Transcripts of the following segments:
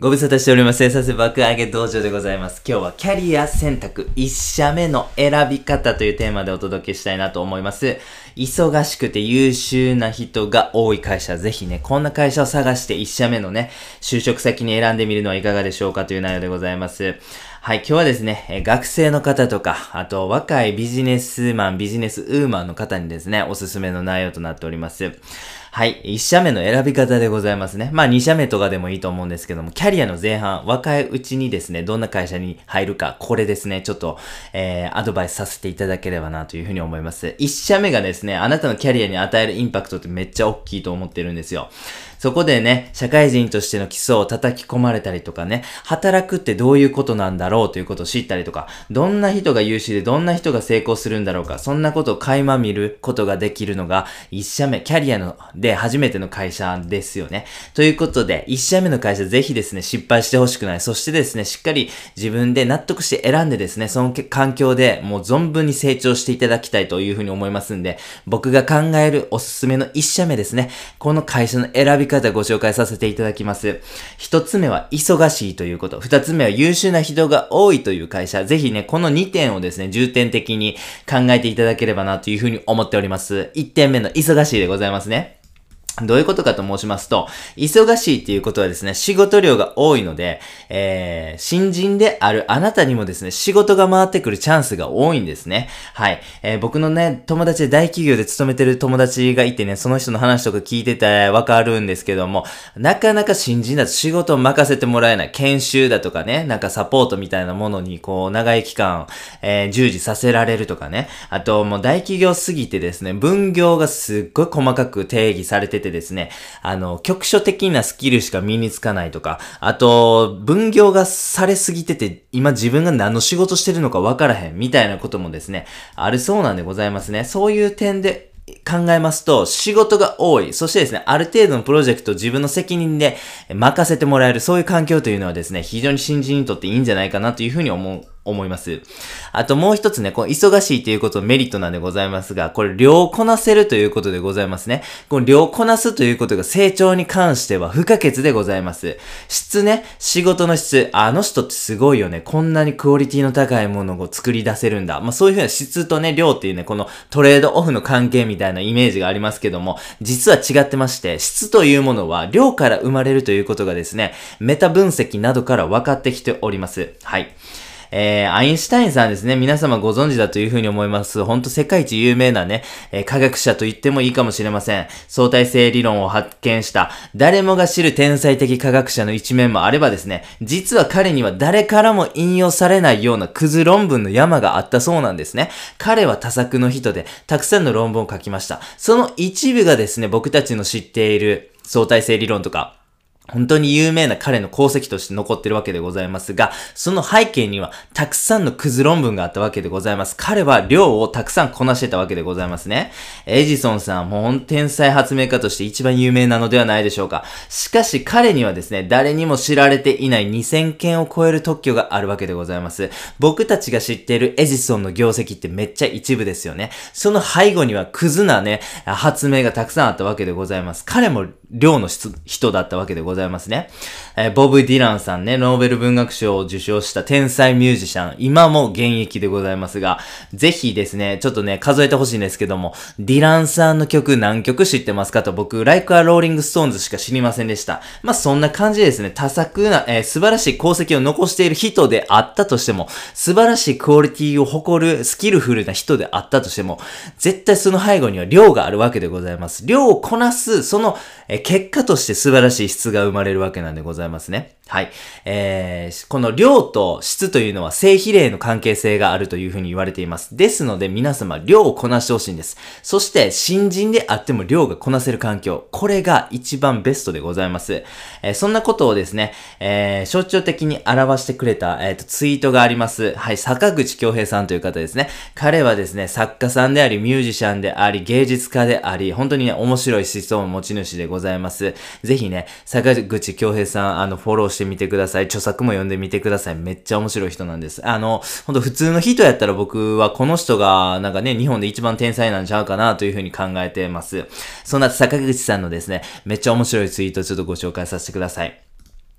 ご無沙汰しております。生産性爆上げ道場でございます。今日はキャリア選択1社目の選び方というテーマでお届けしたいなと思います。忙しくて優秀な人が多い会社、ぜひね、こんな会社を探して1社目のね、就職先に選んでみるのはいかがでしょうかという内容でございます。はい、今日はですね、学生の方とか、あと若いビジネスマン、ビジネスウーマンの方にですね、おすすめの内容となっております。はい。1社目の選び方でございますね。まあ2社目とかでもいいと思うんですけども、キャリアの前半、若いうちにですね、どんな会社に入るか、これですね、ちょっと、アドバイスさせていただければなというふうに思います。1社目がですね、あなたのキャリアに与えるインパクトってめっちゃ大きいと思ってるんですよ。そこでね、社会人としての基礎を叩き込まれたりとかね、働くってどういうことなんだろうということを知ったりとか、どんな人が優秀でどんな人が成功するんだろうか、そんなことを垣間見ることができるのが、1社目、キャリアので初めての会社ですよね。ということで、1社目の会社ぜひですね、失敗してほしくない。そしてですね、しっかり自分で納得して選んでですね、その環境でもう存分に成長していただきたいというふうに思いますんで、僕が考えるおすすめの1社目ですね、この会社の選び方ご紹介させていただきます。1つ目は忙しいということ。2つ目は優秀な人が多いという会社。ぜひね、この2点をですね、重点的に考えていただければなというふうに思っております。1点目の忙しいでございますね。どういうことかと申しますと、忙しいっていうことはですね、仕事量が多いので、新人であるあなたにもですね、仕事が回ってくるチャンスが多いんですね。はい。僕のね、友達で大企業で勤めてる友達がいてね、その人の話とか聞いててわかるんですけども、なかなか新人だと仕事を任せてもらえない。研修だとかね、なんかサポートみたいなものにこう、長い期間、従事させられるとかね。あともう大企業すぎてですね、分業がすっごい細かく定義されててですね、局所的なスキルしか身につかないとか、あと、分業がされすぎてて、今自分が何の仕事してるのか分からへんみたいなこともですね、あるそうなんでございますね。そういう点で、考えますと、仕事が多い。そしてですね、ある程度のプロジェクトを自分の責任で任せてもらえる、そういう環境というのはですね、非常に新人にとっていいんじゃないかなというふうに思います。あともう一つね、この忙しいということのメリットなんでございますが、これ量をこなせるということでございますね。この量をこなすということが成長に関しては不可欠でございます。質ね、仕事の質、あの人ってすごいよね。こんなにクオリティの高いものを作り出せるんだ。まあそういうふうな質とね、量っていうね、このトレードオフの関係みたいなイメージがありますけども、実は違ってまして、質というものは量から生まれるということがですね、メタ分析などから分かってきております。はい。アインシュタインさんですね。皆様ご存知だというふうに思います。ほんと世界一有名なね、科学者と言ってもいいかもしれません。相対性理論を発見した、誰もが知る天才的科学者の一面もあればですね、実は彼には誰からも引用されないようなクズ論文の山があったそうなんですね。彼は多作の人で、たくさんの論文を書きました。その一部がですね、僕たちの知っている相対性理論とか、本当に有名な彼の功績として残ってるわけでございますが、その背景にはたくさんのクズ論文があったわけでございます。彼は量をたくさんこなしてたわけでございますね。エジソンさんもう天才発明家として一番有名なのではないでしょうか。しかし彼にはですね、誰にも知られていない2000件を超える特許があるわけでございます。僕たちが知っているエジソンの業績ってめっちゃ一部ですよね。その背後にはクズなね、発明がたくさんあったわけでございます。彼も量の人だったわけでございますね。ボブ・ディランさんね、ノーベル文学賞を受賞した天才ミュージシャン、今も現役でございますが、ぜひですね、ちょっとね、数えてほしいんですけども、ディランさんの曲何曲知ってますかと僕、Like a Rolling Stones しか知りませんでした。まあ、そんな感じでですね、多作な、素晴らしい功績を残している人であったとしても、素晴らしいクオリティを誇るスキルフルな人であったとしても、絶対その背後には量があるわけでございます。量をこなす、その、結果として素晴らしい質が生まれるわけなんでございますね。はい。この量と質というのは正比例の関係性があるというふうに言われています。ですので皆様量をこなしてほしいんです。そして新人であっても量がこなせる環境。これが一番ベストでございます。そんなことをですね、象徴的に表してくれた、ツイートがあります。はい。坂口恭平さんという方ですね。彼はですね、作家さんであり、ミュージシャンであり、芸術家であり、本当にね、面白い思想の持ち主でございます。ぜひね、坂口恭平さん、フォローしてみてください。著作も読んでみてください。めっちゃ面白い人なんです。ほんと普通の人やったら僕はこの人がなんかね、日本で一番天才なんちゃうかなというふうに考えてます。そんな坂口さんのですね、めっちゃ面白いツイートをちょっとご紹介させてください。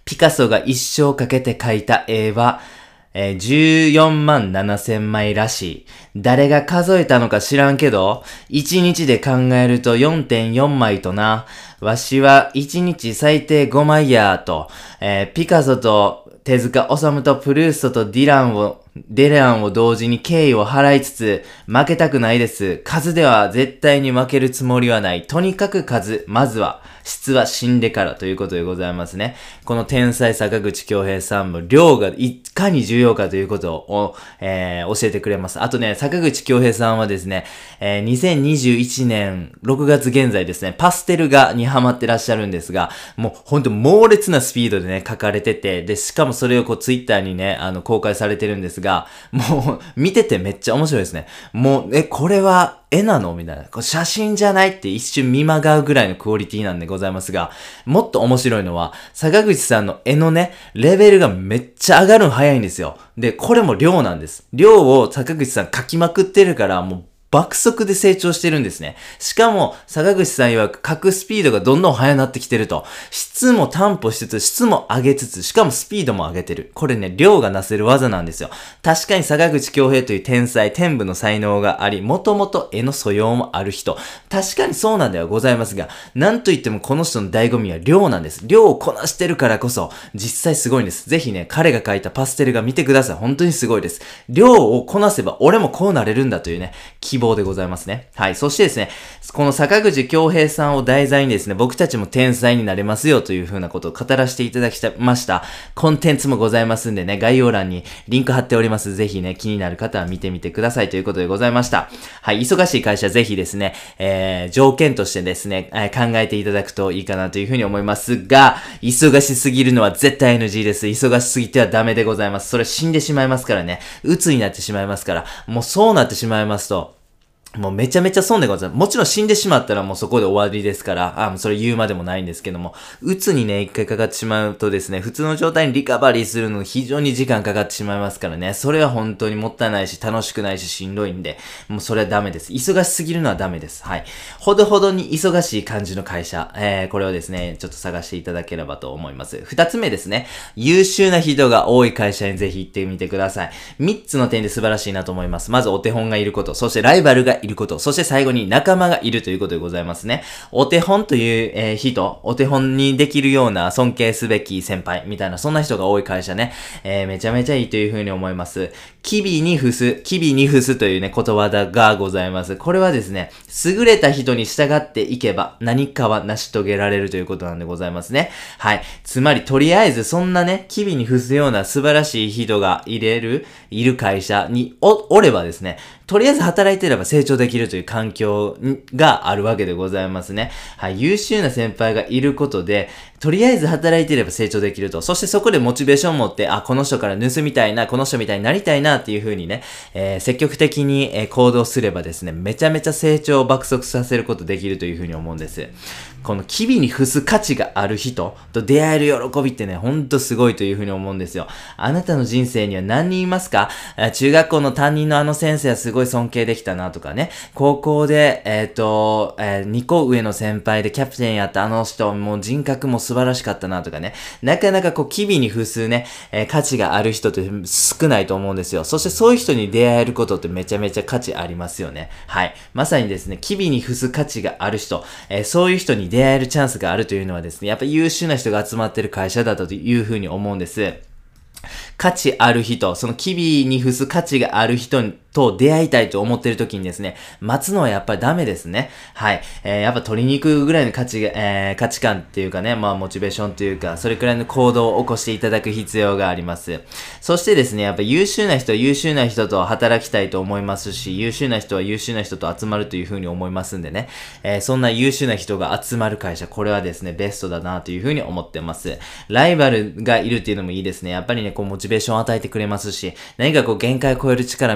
ピカソが一生かけて描いた絵は、14万7千枚らしい。誰が数えたのか知らんけど、1日で考えると 4.4 枚とな。わしは1日最低5枚やと、ピカソと手塚治虫とプルーストとデランを同時に敬意を払いつつ、負けたくないです。数では絶対に負けるつもりはない。とにかく数、まずは、質は死んでからということでございますね。この天才坂口恭平さんも量がいかに重要かということを、教えてくれます。あとね、坂口恭平さんはですね、2021年6月現在ですね、パステル画にハマってらっしゃるんですが、もうほんと猛烈なスピードでね、描かれてて、で、しかもそれをこうツイッターにね、公開されてるんですが、もう見ててめっちゃ面白いですね。もう、これは絵なのみたいな。これ写真じゃないって一瞬見まがうぐらいのクオリティなんでございますが、もっと面白いのは、坂口さんの絵のね、レベルがめっちゃ上がるの早いんですよ。で、これも量なんです。量を坂口さん描きまくってるから、もう爆速で成長してるんですね。しかも、坂口さん曰く書くスピードがどんどん速くなってきてると。質も担保しつつ、質も上げつつ、しかもスピードも上げてる。これね、量がなせる技なんですよ。確かに坂口恭平という天才、天賦の才能があり、もともと絵の素養もある人。確かにそうなんではございますが、なんといってもこの人の醍醐味は量なんです。量をこなしてるからこそ、実際すごいんです。ぜひね、彼が描いたパステルが見てください。本当にすごいです。量をこなせば、俺もこうなれるんだというね、希望でございますね。はい。そしてですね、この坂口恭平さんを題材にですね、僕たちも天才になれますよという風なことを語らせていただきました。コンテンツもございますんでね、概要欄にリンク貼っております。ぜひね、気になる方は見てみてくださいということでございました。はい。忙しい会社ぜひですね、条件としてですね、考えていただくといいかなという風に思いますが、忙しすぎるのは絶対 NG です。忙しすぎてはダメでございます。それ死んでしまいますからね。鬱になってしまいますから、もうそうなってしまいますと、もうめちゃめちゃ損でございます。もちろん死んでしまったらもうそこで終わりですから、もうそれ言うまでもないんですけども、鬱にね、一回かかってしまうとですね、普通の状態にリカバリーするの非常に時間かかってしまいますからね、それは本当にもったいないし、楽しくないし、しんどいんで、もうそれはダメです。忙しすぎるのはダメです。はい。ほどほどに忙しい感じの会社、これをですね、ちょっと探していただければと思います。二つ目ですね、優秀な人が多い会社にぜひ行ってみてください。三つの点で素晴らしいなと思います。まずお手本がいること、そしてライバルがいること、そして最後に仲間がいるということでございますね。お手本という、人、お手本にできるような尊敬すべき先輩みたいな、そんな人が多い会社ね、めちゃめちゃいいというふうに思います。機微に付すというね、ことわざがございます。これはですね、優れた人に従っていけば何かは成し遂げられるということなんでございますね。はい。つまり、とりあえずそんなね、機微に付すような素晴らしい人がいる会社におればですね、とりあえず働いてれば成長できるという環境があるわけでございますね。はい。優秀な先輩がいることで、とりあえず働いてれば成長できると。そしてそこでモチベーションを持って、この人から盗みたいな、この人みたいになりたいなっていう風にね、積極的に、行動すればですね、めちゃめちゃ成長を爆速させることできるという風に思うんです。この機微に付す価値がある人と出会える喜びってね、ほんとすごいという風に思うんですよ。あなたの人生には何人いますか？中学校の担任のあの先生はすごい尊敬できたなとかね、高校で、2個上の先輩でキャプテンやったあの人、もう人格も素晴らしかったなとかね、なかなかこう機微に付すね、価値がある人って少ないと思うんですよ。そしてそういう人に出会えることってめちゃめちゃ価値ありますよね。はい。まさにですね、機微に付す価値がある人、そういう人に出会えるチャンスがあるというのはですね、やっぱり優秀な人が集まってる会社だったというふうに思うんです。価値ある人、その機微に付す価値がある人と出会いたいと思ってる時にですね、待つのはやっぱりダメですね。はい。やっぱ取りに行くぐらいの価値観っていうかね、モチベーションというか、それくらいの行動を起こしていただく必要があります。そしてですね、やっぱ優秀な人と働きたいと思いますし、優秀な人は優秀な人と集まるというふうに思いますんでね、そんな優秀な人が集まる会社、これはですね、ベストだなというふうに思ってます。ライバルがいるっていうのもいいですね。やっぱりね、こうモチベーションを与えてくれますし、何かこう限界を超える力みたいなも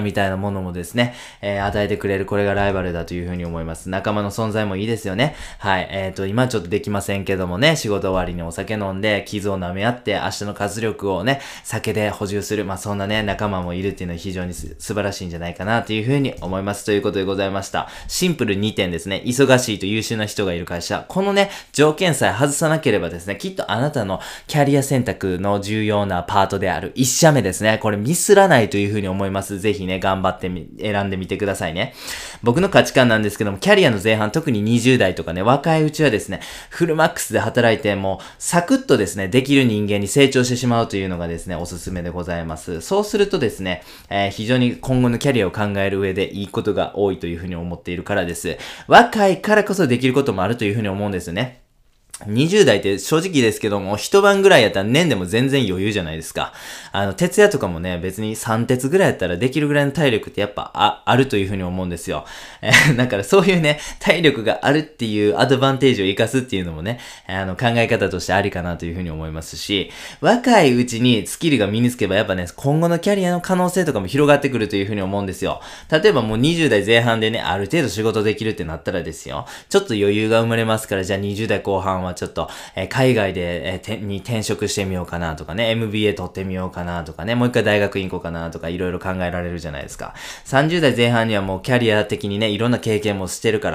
ものもですね、与えてくれる、これがライバルだというふうに思います。仲間の存在もいいですよね。はい。今ちょっとできませんけどもね、仕事終わりにお酒飲んで、傷を舐め合って、明日の活力をね、酒で補充する。まあ、そんなね、仲間もいるっていうのは非常に素晴らしいんじゃないかなというふうに思います。ということでございました。シンプル2点ですね。忙しいと優秀な人がいる会社。このね、条件さえ外さなければですね、きっとあなたのキャリア選択の重要なパートである1社目ですね。これミスらないというふうに思います。ぜひね、頑張って選んでみてくださいね。僕の価値観なんですけども、キャリアの前半、特に20代とかね、若いうちはですね、フルマックスで働いて、もう、サクッとですね、できる人間に成長してしまうというのがですね、おすすめでございます。そうするとですね、非常に今後のキャリアを考える上でいいことが多いというふうに思っているからです。若いからこそできることもあるというふうに思うんですよね。20代って正直ですけども、一晩ぐらいやったら年でも全然余裕じゃないですか。徹夜とかもね、別に3徹ぐらいやったらできるぐらいの体力ってやっぱあるというふうに思うんですよ。だからそういうね、体力があるっていうアドバンテージを活かすっていうのもね、考え方としてありかなというふうに思いますし、若いうちにスキルが身につけばやっぱね、今後のキャリアの可能性とかも広がってくるというふうに思うんですよ。例えばもう20代前半でね、ある程度仕事できるってなったらですよ、ちょっと余裕が生まれますから、じゃあ20代後半はちょっと、海外で、に転職してみようかなとかね、MBA 取ってみようかなとかね、もう一回大学院行こうかなとかいろいろ考えられるじゃないですか。30代前半にはもうキャリア的にね、いろんな経験もしてるから、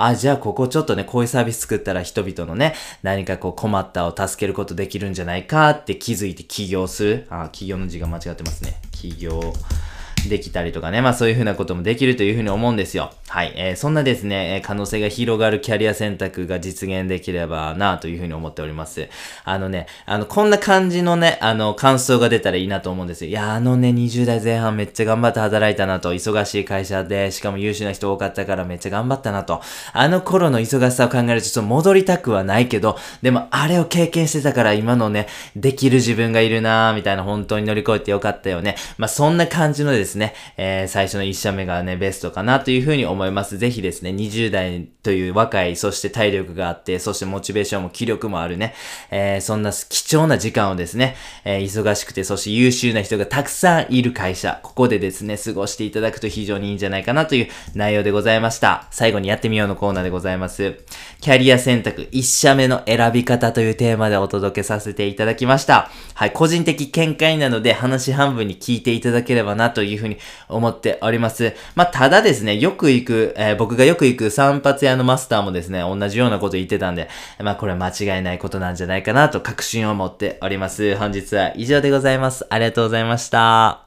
じゃあここちょっとね、こういうサービス作ったら人々のね、何かこう困ったを助けることできるんじゃないかって気づいて起業する。起業の字が間違ってますね。起業。できたりとかね。まあそういう風なこともできるという風に思うんですよ。はい。そんなですね、可能性が広がるキャリア選択が実現できればなという風に思っております。こんな感じのね、感想が出たらいいなと思うんですよ。いや、20代前半めっちゃ頑張って働いたなと、忙しい会社で、しかも優秀な人多かったからめっちゃ頑張ったなと、頃の忙しさを考えるとちょっと戻りたくはないけど、でもあれを経験してたから今のね、できる自分がいるなみたいな、本当に乗り越えてよかったよね。まあそんな感じのですね、最初の1社目がね、ベストかなというふうに思います。ぜひですね、20代という若い、そして体力があって、そしてモチベーションも気力もあるね、そんな貴重な時間をですね、忙しくて、そして優秀な人がたくさんいる会社、ここでですね、過ごしていただくと非常にいいんじゃないかなという内容でございました。最後にやってみようのコーナーでございます。キャリア選択1社目の選び方というテーマでお届けさせていただきました。はい、個人的見解なので話半分に聞いていただければなというふうに思っております。まあ、ただですね、僕がよく行く散髪屋のマスターもですね、同じようなこと言ってたんで、まあ、これは間違いないことなんじゃないかなと確信を持っております。本日は以上でございます。ありがとうございました。